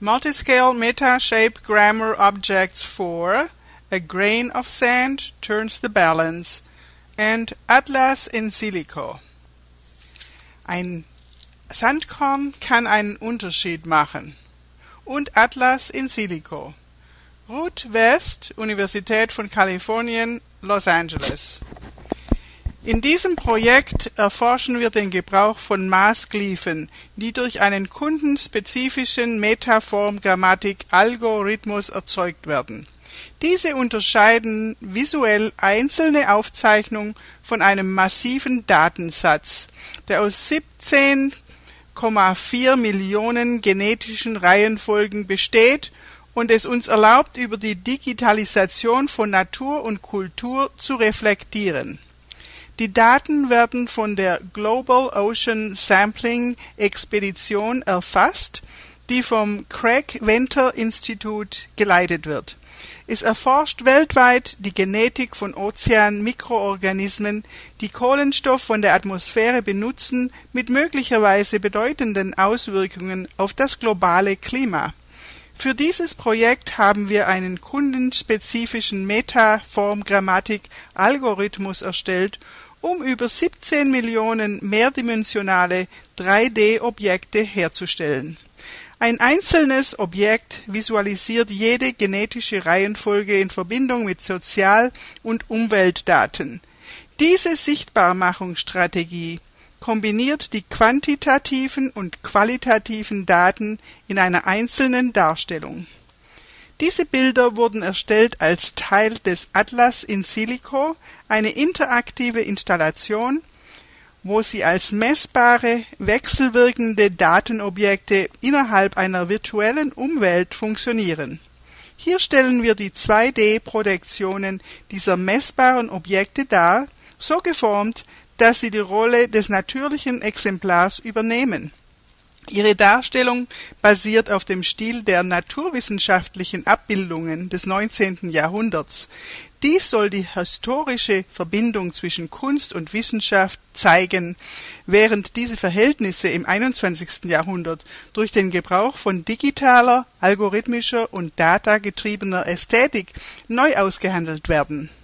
Multiscale Meta-Shape Grammar Objects for A Grain of Sand Turns the Balance and Atlas in Silico. Ein Sandkorn kann einen Unterschied machen. Und Atlas in Silico. Ruth West, Universität von Kalifornien, Los Angeles. In diesem Projekt erforschen wir den Gebrauch von Maßglyphen, die durch einen kundenspezifischen Metaform-Grammatik-Algorithmus erzeugt werden. Diese unterscheiden visuell einzelne Aufzeichnungen von einem massiven Datensatz, der aus 17,4 Millionen genetischen Reihenfolgen besteht und es uns erlaubt, über die Digitalisation von Natur und Kultur zu reflektieren. Die Daten werden von der Global Ocean Sampling Expedition erfasst, die vom Craig Venter Institut geleitet wird. Es erforscht weltweit die Genetik von Ozean-Mikroorganismen, die Kohlenstoff von der Atmosphäre benutzen, mit möglicherweise bedeutenden Auswirkungen auf das globale Klima. Für dieses Projekt haben wir einen kundenspezifischen Metaform-Grammatik-Algorithmus erstellt, um über 17 Millionen mehrdimensionale 3D-Objekte herzustellen. Ein einzelnes Objekt visualisiert jede genetische Reihenfolge in Verbindung mit Sozial- und Umweltdaten. Diese Sichtbarmachungsstrategie kombiniert die quantitativen und qualitativen Daten in einer einzelnen Darstellung. Diese Bilder wurden erstellt als Teil des Atlas in Silico, eine interaktive Installation, wo sie als messbare, wechselwirkende Datenobjekte innerhalb einer virtuellen Umwelt funktionieren. Hier stellen wir die 2D-Projektionen dieser messbaren Objekte dar, so geformt, dass sie die Rolle des natürlichen Exemplars übernehmen. Ihre Darstellung basiert auf dem Stil der naturwissenschaftlichen Abbildungen des 19. Jahrhunderts. Dies soll die historische Verbindung zwischen Kunst und Wissenschaft zeigen, während diese Verhältnisse im 21. Jahrhundert durch den Gebrauch von digitaler, algorithmischer und datagetriebener Ästhetik neu ausgehandelt werden.